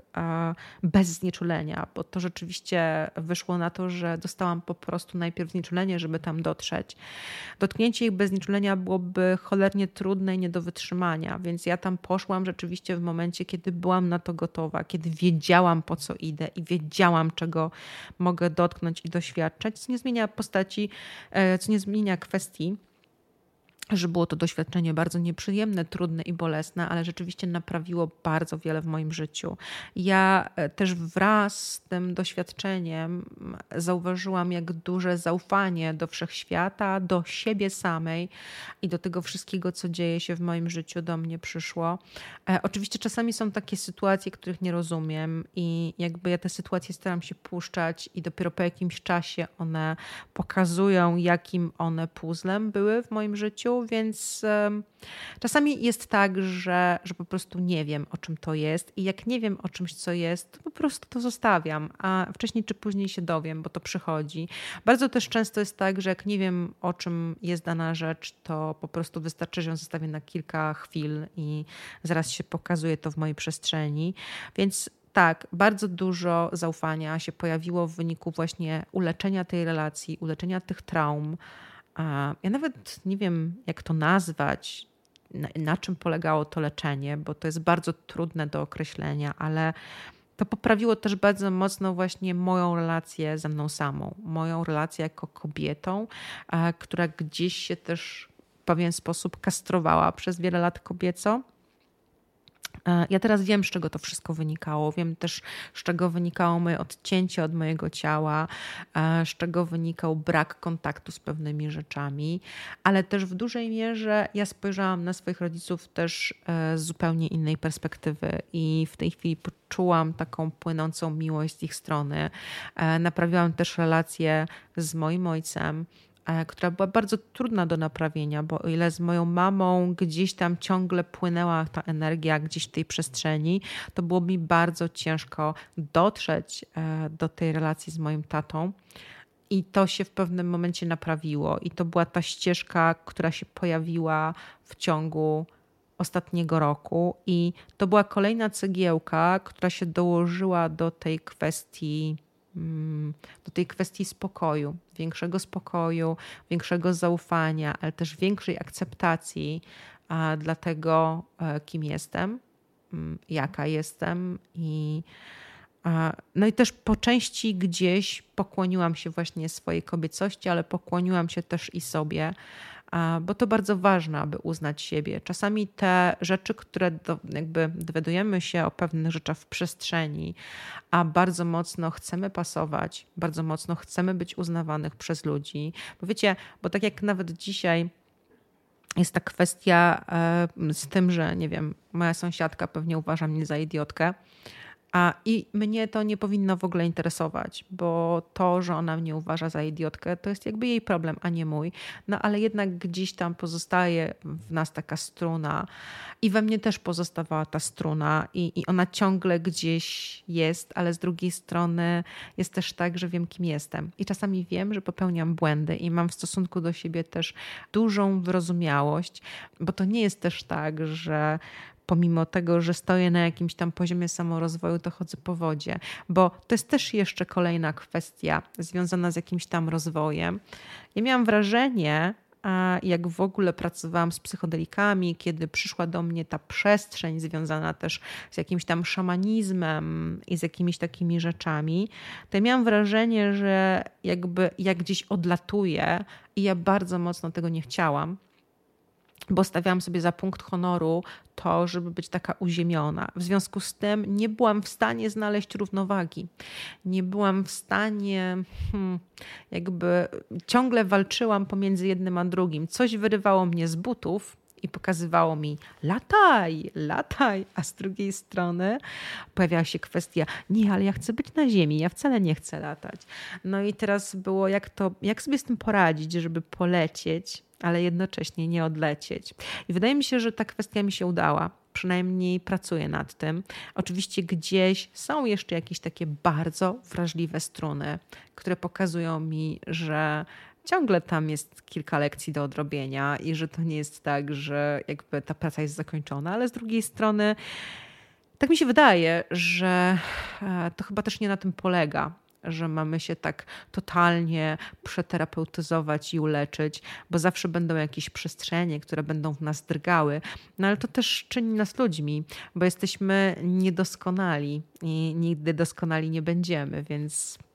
bez znieczulenia, bo to rzeczywiście wyszło na to, że dostałam po prostu najpierw znieczulenie, żeby tam dotrzeć. Dotknięcie ich bez znieczulenia byłoby cholernie trudne i nie do wytrzymania, więc ja tam poszłam rzeczywiście w momencie, kiedy byłam na to gotowa, kiedy wiedziałam, po co idę i wiedziałam, czego mogę dotknąć i doświadczać. nie zmienia postaci, co nie zmienia kwestii, że było to doświadczenie bardzo nieprzyjemne, trudne i bolesne, ale rzeczywiście naprawiło bardzo wiele w moim życiu. Ja też wraz z tym doświadczeniem zauważyłam, jak duże zaufanie do wszechświata, do siebie samej i do tego wszystkiego, co dzieje się w moim życiu, do mnie przyszło. Oczywiście czasami są takie sytuacje, których nie rozumiem i jakby ja te sytuacje staram się puszczać i dopiero po jakimś czasie one pokazują, jakim one puzzlem były w moim życiu. Więc um, czasami jest tak, że, że po prostu nie wiem, o czym to jest i jak nie wiem o czymś, co jest, to po prostu to zostawiam, a wcześniej czy później się dowiem, bo to przychodzi. Bardzo też często jest tak, że jak nie wiem, o czym jest dana rzecz, to po prostu wystarczy, że ją zostawię na kilka chwil i zaraz się pokazuje to w mojej przestrzeni. Więc tak, bardzo dużo zaufania się pojawiło w wyniku właśnie uleczenia tej relacji, uleczenia tych traum. Ja nawet nie wiem, jak to nazwać, na, na czym polegało to leczenie, bo to jest bardzo trudne do określenia, ale to poprawiło też bardzo mocno właśnie moją relację ze mną samą, moją relację jako kobietą, która gdzieś się też w pewien sposób kastrowała przez wiele lat kobieco. Ja teraz wiem, z czego to wszystko wynikało. Wiem też, z czego wynikało moje odcięcie od mojego ciała, z czego wynikał brak kontaktu z pewnymi rzeczami, ale też w dużej mierze ja spojrzałam na swoich rodziców też z zupełnie innej perspektywy i w tej chwili poczułam taką płynącą miłość z ich strony. Naprawiłam też relację z moim ojcem, która była bardzo trudna do naprawienia, bo o ile z moją mamą gdzieś tam ciągle płynęła ta energia gdzieś w tej przestrzeni, to było mi bardzo ciężko dotrzeć do tej relacji z moim tatą i to się w pewnym momencie naprawiło i to była ta ścieżka, która się pojawiła w ciągu ostatniego roku i to była kolejna cegiełka, która się dołożyła do tej kwestii do tej kwestii spokoju, większego spokoju, większego zaufania, ale też większej akceptacji dla tego, kim jestem, jaka jestem i no i też po części gdzieś pokłoniłam się właśnie swojej kobiecości, ale pokłoniłam się też i sobie, bo to bardzo ważne, aby uznać siebie. Czasami te rzeczy, które do, jakby dowiadujemy się o pewnych rzeczach w przestrzeni, a bardzo mocno chcemy pasować, bardzo mocno chcemy być uznawanych przez ludzi. Bo wiecie, bo tak jak nawet dzisiaj jest ta kwestia z tym, że nie wiem, moja sąsiadka pewnie uważa mnie za idiotkę, a i mnie to nie powinno w ogóle interesować, bo to, że ona mnie uważa za idiotkę, to jest jakby jej problem, a nie mój. No ale jednak gdzieś tam pozostaje w nas taka struna i we mnie też pozostawała ta struna i, i ona ciągle gdzieś jest, ale z drugiej strony jest też tak, że wiem, kim jestem. I czasami wiem, że popełniam błędy i mam w stosunku do siebie też dużą wyrozumiałość, bo to nie jest też tak, że pomimo tego, że stoję na jakimś tam poziomie samorozwoju, to chodzę po wodzie, bo to jest też jeszcze kolejna kwestia związana z jakimś tam rozwojem. Ja miałam wrażenie, jak w ogóle pracowałam z psychodelikami, kiedy przyszła do mnie ta przestrzeń związana też z jakimś tam szamanizmem i z jakimiś takimi rzeczami, to ja miałam wrażenie, że jakby ja gdzieś odlatuję i ja bardzo mocno tego nie chciałam, bo stawiałam sobie za punkt honoru to, żeby być taka uziemiona. W związku z tym nie byłam w stanie znaleźć równowagi. Nie byłam w stanie, hmm, jakby ciągle walczyłam pomiędzy jednym a drugim. Coś wyrywało mnie z butów i pokazywało mi lataj, lataj, a z drugiej strony pojawiała się kwestia, nie, ale ja chcę być na ziemi, ja wcale nie chcę latać. No i teraz było, jak to, jak sobie z tym poradzić, żeby polecieć, ale jednocześnie nie odlecieć. I wydaje mi się, że ta kwestia mi się udała. Przynajmniej pracuję nad tym. Oczywiście gdzieś są jeszcze jakieś takie bardzo wrażliwe struny, które pokazują mi, że ciągle tam jest kilka lekcji do odrobienia i że to nie jest tak, że jakby ta praca jest zakończona, ale z drugiej strony tak mi się wydaje, że to chyba też nie na tym polega, że mamy się tak totalnie przeterapeutyzować i uleczyć, bo zawsze będą jakieś przestrzenie, które będą w nas drgały. No ale to też czyni nas ludźmi, bo jesteśmy niedoskonali i nigdy doskonali nie będziemy, więc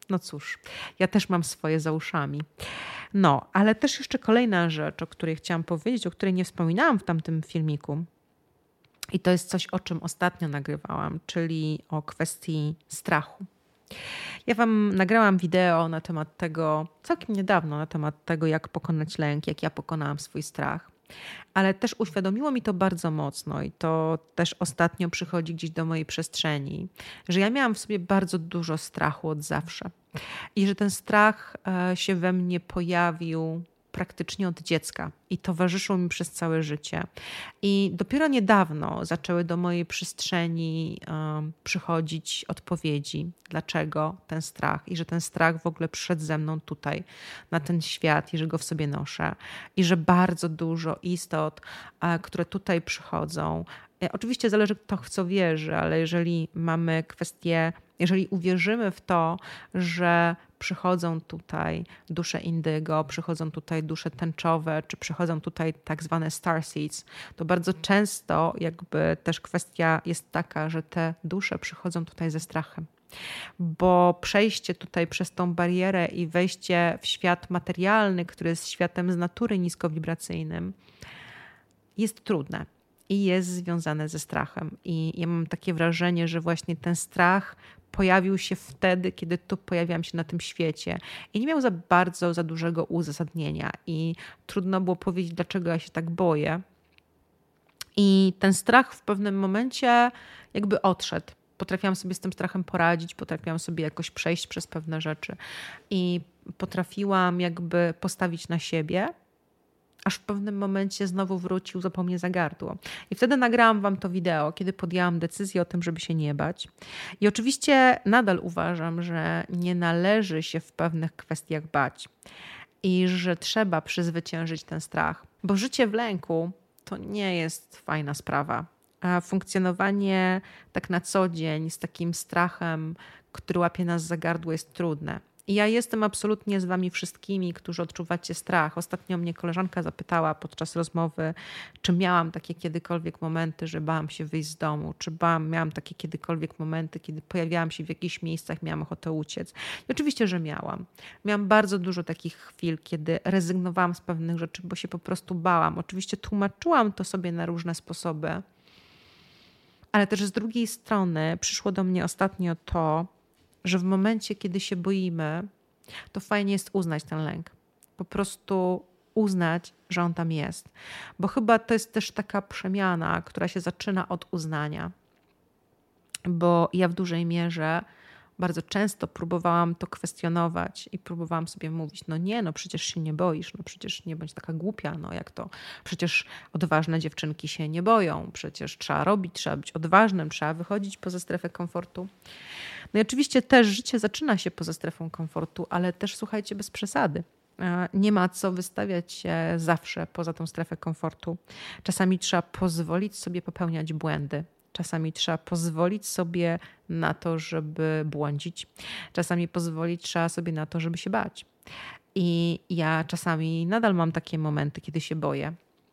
No cóż, ja też mam swoje za uszami. No, ale też jeszcze kolejna rzecz, o której chciałam powiedzieć, o której nie wspominałam w tamtym filmiku. I to jest coś, o czym ostatnio nagrywałam, czyli o kwestii strachu. Ja wam nagrałam wideo na temat tego, całkiem niedawno, na temat tego, jak pokonać lęk, jak ja pokonałam swój strach. Ale też uświadomiło mi to bardzo mocno i to też ostatnio przychodzi gdzieś do mojej przestrzeni, że ja miałam w sobie bardzo dużo strachu od zawsze i że ten strach się we mnie pojawił praktycznie od dziecka i towarzyszył mi przez całe życie. I dopiero niedawno zaczęły do mojej przestrzeni um, przychodzić odpowiedzi, dlaczego ten strach i że ten strach w ogóle przyszedł ze mną tutaj, na ten świat i że go w sobie noszę. I że bardzo dużo istot, a, które tutaj przychodzą, oczywiście zależy kto w co wierzy, ale jeżeli mamy kwestię, jeżeli uwierzymy w to, że przychodzą tutaj dusze indygo, przychodzą tutaj dusze tęczowe, czy przychodzą tutaj tak zwane starseeds, to bardzo często jakby też kwestia jest taka, że te dusze przychodzą tutaj ze strachem. Bo przejście tutaj przez tą barierę i wejście w świat materialny, który jest światem z natury niskowibracyjnym, jest trudne i jest związane ze strachem. I ja mam takie wrażenie, że właśnie ten strach pojawił się wtedy, kiedy tu pojawiałam się na tym świecie i nie miał za bardzo, za dużego uzasadnienia i trudno było powiedzieć, dlaczego ja się tak boję. I ten strach w pewnym momencie jakby odszedł. Potrafiłam sobie z tym strachem poradzić, potrafiłam sobie jakoś przejść przez pewne rzeczy i potrafiłam jakby postawić na siebie, aż w pewnym momencie znowu wrócił, złapał mnie za gardło. I wtedy nagrałam wam to wideo, kiedy podjęłam decyzję o tym, żeby się nie bać. I oczywiście nadal uważam, że nie należy się w pewnych kwestiach bać i że trzeba przezwyciężyć ten strach, bo życie w lęku to nie jest fajna sprawa. A funkcjonowanie tak na co dzień z takim strachem, który łapie nas za gardło, jest trudne. I ja jestem absolutnie z wami wszystkimi, którzy odczuwacie strach. Ostatnio mnie koleżanka zapytała podczas rozmowy, czy miałam takie kiedykolwiek momenty, że bałam się wyjść z domu, czy bałam, miałam takie kiedykolwiek momenty, kiedy pojawiałam się w jakichś miejscach, miałam ochotę uciec. I oczywiście, że miałam. Miałam bardzo dużo takich chwil, kiedy rezygnowałam z pewnych rzeczy, bo się po prostu bałam. Oczywiście tłumaczyłam to sobie na różne sposoby, ale też z drugiej strony przyszło do mnie ostatnio to, że w momencie, kiedy się boimy, to fajnie jest uznać ten lęk. Po prostu uznać, że on tam jest. Bo chyba to jest też taka przemiana, która się zaczyna od uznania. Bo ja w dużej mierze bardzo często próbowałam to kwestionować i próbowałam sobie mówić, no nie, no przecież się nie boisz, no przecież nie bądź taka głupia, no jak to, przecież odważne dziewczynki się nie boją, przecież trzeba robić, trzeba być odważnym, trzeba wychodzić poza strefę komfortu. No i oczywiście też życie zaczyna się poza strefą komfortu, ale też słuchajcie, bez przesady. Nie ma co wystawiać się zawsze poza tą strefę komfortu. Czasami trzeba pozwolić sobie popełniać błędy. Czasami trzeba pozwolić sobie na to, żeby błądzić. Czasami pozwolić trzeba sobie na to, żeby się bać. I ja czasami nadal mam takie momenty, kiedy się boję.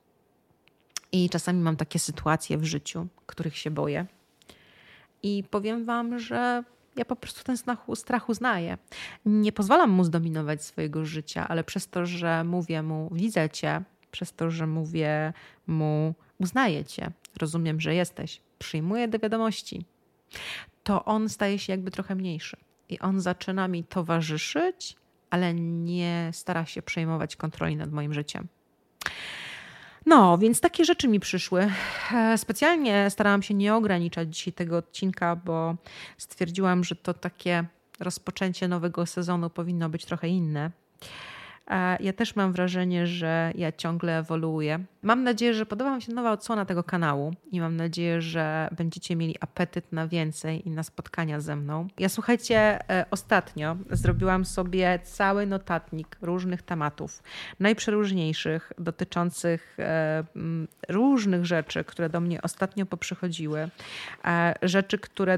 I czasami mam takie sytuacje w życiu, których się boję. I powiem wam, że ja po prostu ten strach uznaję. Nie pozwalam mu zdominować swojego życia, ale przez to, że mówię mu, widzę cię, przez to, że mówię mu, uznaję cię, rozumiem, że jesteś, przyjmuję do wiadomości, to on staje się jakby trochę mniejszy. I on zaczyna mi towarzyszyć, ale nie stara się przejmować kontroli nad moim życiem. No, więc takie rzeczy mi przyszły. Specjalnie starałam się nie ograniczać dzisiaj tego odcinka, bo stwierdziłam, że to takie rozpoczęcie nowego sezonu powinno być trochę inne. Ja też mam wrażenie, że ja ciągle ewoluuję. Mam nadzieję, że podoba wam się nowa odsłona tego kanału i mam nadzieję, że będziecie mieli apetyt na więcej i na spotkania ze mną. Ja słuchajcie, ostatnio zrobiłam sobie cały notatnik różnych tematów, najprzeróżniejszych, dotyczących różnych rzeczy, które do mnie ostatnio poprzychodziły. Rzeczy, które do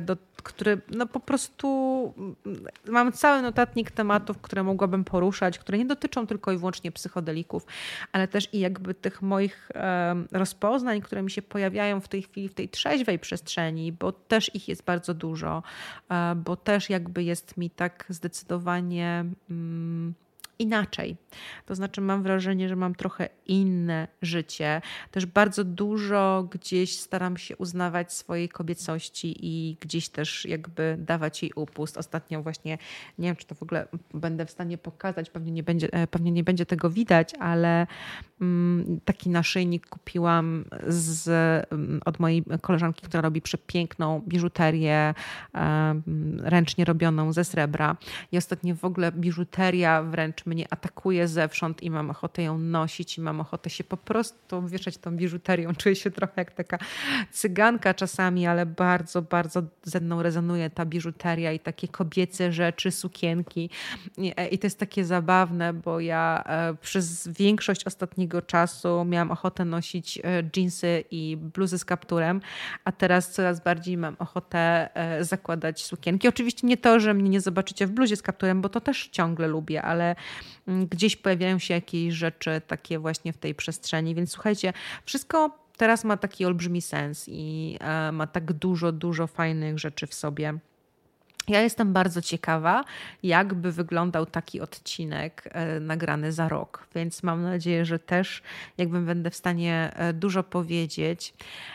który no po prostu mam cały notatnik tematów, które mogłabym poruszać, które nie dotyczą tylko i wyłącznie psychodelików, ale też i jakby tych moich um, rozpoznań, które mi się pojawiają w tej chwili w tej trzeźwej przestrzeni, bo też ich jest bardzo dużo, um, bo też jakby jest mi tak zdecydowanie um, inaczej. To znaczy mam wrażenie, że mam trochę inne życie. Też bardzo dużo gdzieś staram się uznawać swojej kobiecości i gdzieś też jakby dawać jej upust. Ostatnio właśnie, nie wiem, czy to w ogóle będę w stanie pokazać, pewnie nie będzie, pewnie nie będzie tego widać, ale taki naszyjnik kupiłam z, od mojej koleżanki, która robi przepiękną biżuterię ręcznie robioną ze srebra. I ostatnio w ogóle biżuteria wręcz mnie atakuje zewsząd i mam ochotę ją nosić i mam ochotę się po prostu wieszać tą biżuterią. Czuję się trochę jak taka cyganka czasami, ale bardzo, bardzo ze mną rezonuje ta biżuteria i takie kobiece rzeczy, sukienki. I, i to jest takie zabawne, bo ja przez większość ostatniego czasu miałam ochotę nosić dżinsy i bluzy z kapturem, a teraz coraz bardziej mam ochotę zakładać sukienki. Oczywiście nie to, że mnie nie zobaczycie w bluzie z kapturem, bo to też ciągle lubię, ale gdzieś pojawiają się jakieś rzeczy takie właśnie w tej przestrzeni, więc słuchajcie, wszystko teraz ma taki olbrzymi sens i ma tak dużo, dużo fajnych rzeczy w sobie. Ja jestem bardzo ciekawa, jakby wyglądał taki odcinek nagrany za rok, więc mam nadzieję, że też jakby będę w stanie dużo powiedzieć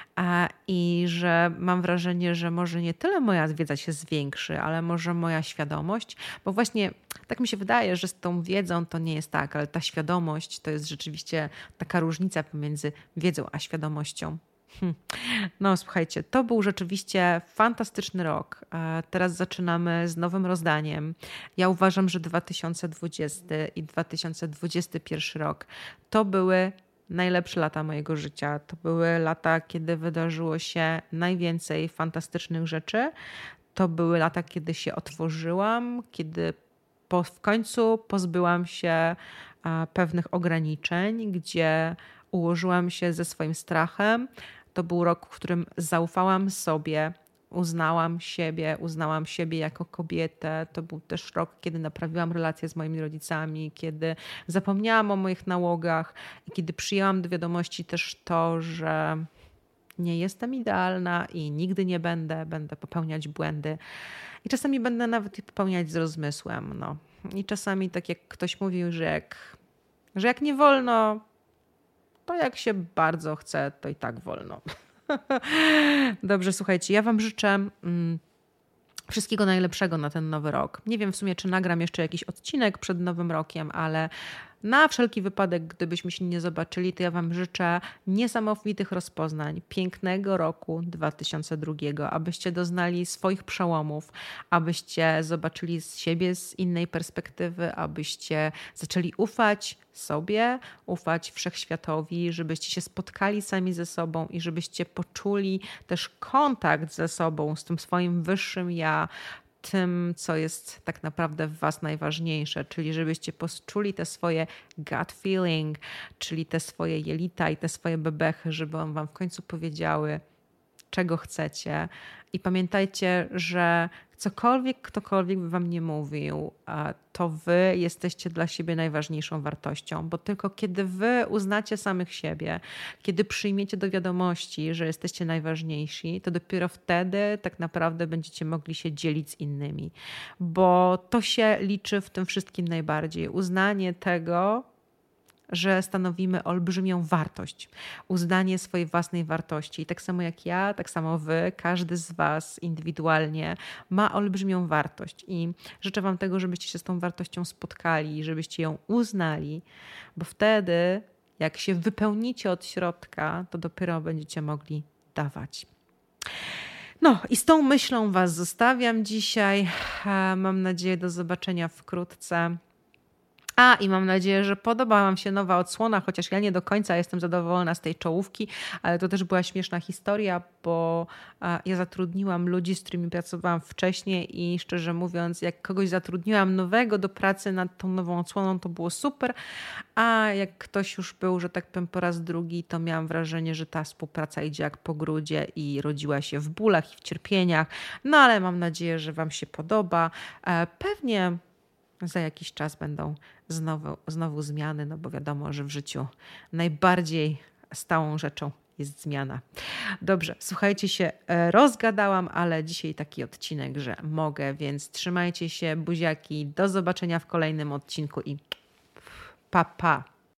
i że mam wrażenie, że może nie tyle moja wiedza się zwiększy, ale może moja świadomość, bo właśnie tak mi się wydaje, że z tą wiedzą to nie jest tak, ale ta świadomość to jest rzeczywiście taka różnica pomiędzy wiedzą a świadomością. Hmm. No słuchajcie, to był rzeczywiście fantastyczny rok. Teraz zaczynamy z nowym rozdaniem. Ja uważam, że dwa tysiące dwudziesty i dwa tysiące dwudziesty pierwszy rok to były najlepsze lata mojego życia. To były lata, kiedy wydarzyło się najwięcej fantastycznych rzeczy. To były lata, kiedy się otworzyłam, kiedy po, w końcu pozbyłam się a, pewnych ograniczeń, gdzie ułożyłam się ze swoim strachem. To był rok, w którym zaufałam sobie, uznałam siebie, uznałam siebie jako kobietę. To był też rok, kiedy naprawiłam relacje z moimi rodzicami, kiedy zapomniałam o moich nałogach i kiedy przyjęłam do wiadomości też to, że nie jestem idealna i nigdy nie będę, będę popełniać błędy. I czasami będę nawet je popełniać z rozmysłem. No. I czasami tak jak ktoś mówił, że jak, że jak nie wolno, to jak się bardzo chce, to i tak wolno. Dobrze, słuchajcie, ja wam życzę mm, wszystkiego najlepszego na ten nowy rok. Nie wiem w sumie, czy nagram jeszcze jakiś odcinek przed nowym rokiem, ale na wszelki wypadek, gdybyśmy się nie zobaczyli, to ja wam życzę niesamowitych rozpoznań, pięknego roku dwa tysiące drugiego, abyście doznali swoich przełomów, abyście zobaczyli siebie z innej perspektywy, abyście zaczęli ufać sobie, ufać wszechświatowi, żebyście się spotkali sami ze sobą i żebyście poczuli też kontakt ze sobą, z tym swoim wyższym ja, tym, co jest tak naprawdę w was najważniejsze, czyli żebyście poczuli te swoje gut feeling, czyli te swoje jelita i te swoje bebechy, żeby on wam w końcu powiedziały, czego chcecie. I pamiętajcie, że cokolwiek, ktokolwiek by wam nie mówił, to wy jesteście dla siebie najważniejszą wartością, bo tylko kiedy wy uznacie samych siebie, kiedy przyjmiecie do wiadomości, że jesteście najważniejsi, to dopiero wtedy tak naprawdę będziecie mogli się dzielić z innymi, bo to się liczy w tym wszystkim najbardziej. Uznanie tego, że stanowimy olbrzymią wartość, uznanie swojej własnej wartości. I tak samo jak ja, tak samo wy, każdy z was indywidualnie ma olbrzymią wartość i życzę wam tego, żebyście się z tą wartością spotkali, żebyście ją uznali, bo wtedy jak się wypełnicie od środka, to dopiero będziecie mogli dawać. No i z tą myślą was zostawiam dzisiaj. Mam nadzieję do zobaczenia wkrótce. A, i mam nadzieję, że podoba Wam się nowa odsłona, chociaż ja nie do końca jestem zadowolona z tej czołówki, ale to też była śmieszna historia, bo ja zatrudniłam ludzi, z którymi pracowałam wcześniej i szczerze mówiąc, jak kogoś zatrudniłam nowego do pracy nad tą nową odsłoną, to było super, a jak ktoś już był, że tak powiem, po raz drugi, to miałam wrażenie, że ta współpraca idzie jak po grudzie i rodziła się w bólach i w cierpieniach, no ale mam nadzieję, że Wam się podoba. Pewnie za jakiś czas będą znowu, znowu zmiany, no bo wiadomo, że w życiu najbardziej stałą rzeczą jest zmiana. Dobrze, słuchajcie się, rozgadałam, ale dzisiaj taki odcinek, że mogę, więc trzymajcie się, buziaki, do zobaczenia w kolejnym odcinku i pa, pa.